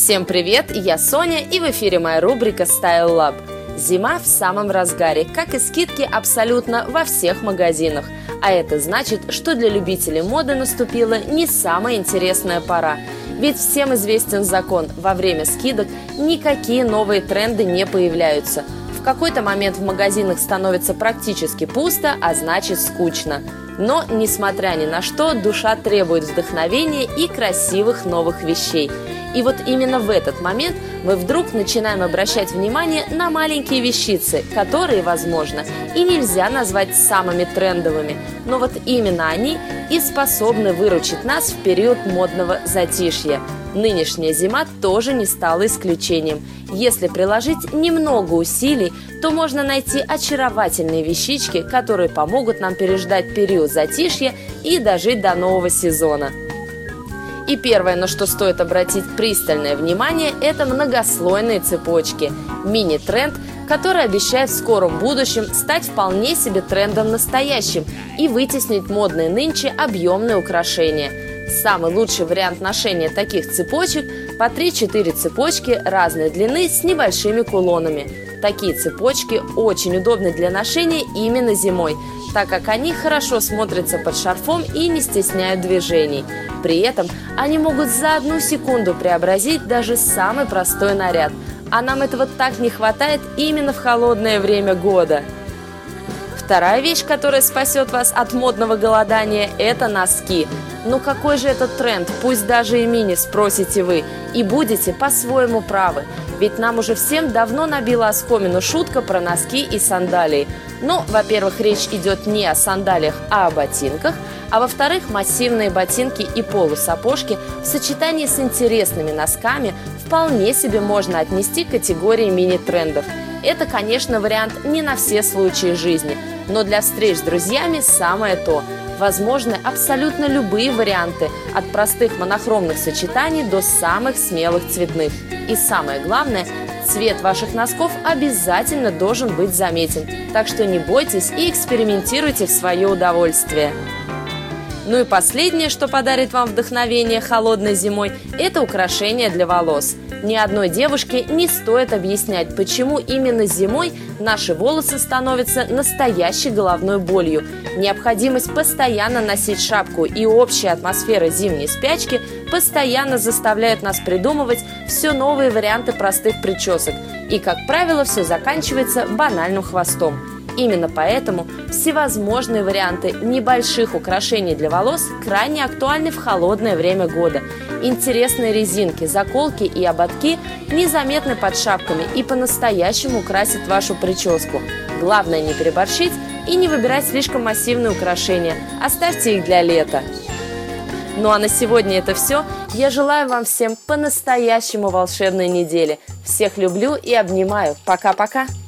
Всем привет, я Соня, и в эфире моя рубрика Style Lab. Зима в самом разгаре, как и скидки абсолютно во всех магазинах. А это значит, что для любителей моды наступила не самая интересная пора. Ведь всем известен закон: во время скидок никакие новые тренды не появляются. В какой-то момент в магазинах становится практически пусто, а значит скучно. Но, несмотря ни на что, душа требует вдохновения и красивых новых вещей. И вот именно в этот момент мы вдруг начинаем обращать внимание на маленькие вещицы, которые, возможно, и нельзя назвать самыми трендовыми, но вот именно они и способны выручить нас в период модного затишья. Нынешняя зима тоже не стала исключением. Если приложить немного усилий, то можно найти очаровательные вещички, которые помогут нам переждать период затишья и дожить до нового сезона. И первое, на что стоит обратить пристальное внимание, это многослойные цепочки. Мини-тренд, который обещает в скором будущем стать вполне себе трендом настоящим и вытеснить модные нынче объемные украшения. Самый лучший вариант ношения таких цепочек – по 3-4 цепочки разной длины с небольшими кулонами. Такие цепочки очень удобны для ношения именно зимой, так как они хорошо смотрятся под шарфом и не стесняют движений. При этом они могут за одну секунду преобразить даже самый простой наряд. А нам этого так не хватает именно в холодное время года. Вторая вещь, которая спасет вас от модного голодания – это носки. Но какой же это тренд, пусть даже и мини, спросите вы, и будете по-своему правы. Ведь нам уже всем давно набила оскомину шутка про носки и сандалии. Но, во-первых, речь идет не о сандалиях, а о ботинках, а во-вторых, массивные ботинки и полусапожки в сочетании с интересными носками вполне себе можно отнести к категории мини-трендов. Это, конечно, вариант не на все случаи жизни, но для встреч с друзьями самое то. Возможны абсолютно любые варианты, от простых монохромных сочетаний до самых смелых цветных. И самое главное, цвет ваших носков обязательно должен быть заметен. Так что не бойтесь и экспериментируйте в свое удовольствие. Ну и последнее, что подарит вам вдохновение холодной зимой, это украшения для волос. Ни одной девушке не стоит объяснять, почему именно зимой наши волосы становятся настоящей головной болью. Необходимость постоянно носить шапку и общая атмосфера зимней спячки постоянно заставляют нас придумывать все новые варианты простых причесок. И, как правило, все заканчивается банальным хвостом. Именно поэтому всевозможные варианты небольших украшений для волос крайне актуальны в холодное время года. Интересные резинки, заколки и ободки незаметны под шапками и по-настоящему украсят вашу прическу. Главное не переборщить и не выбирать слишком массивные украшения. Оставьте их для лета. Ну а на сегодня это все. Я желаю вам всем по-настоящему волшебной недели. Всех люблю и обнимаю. Пока-пока!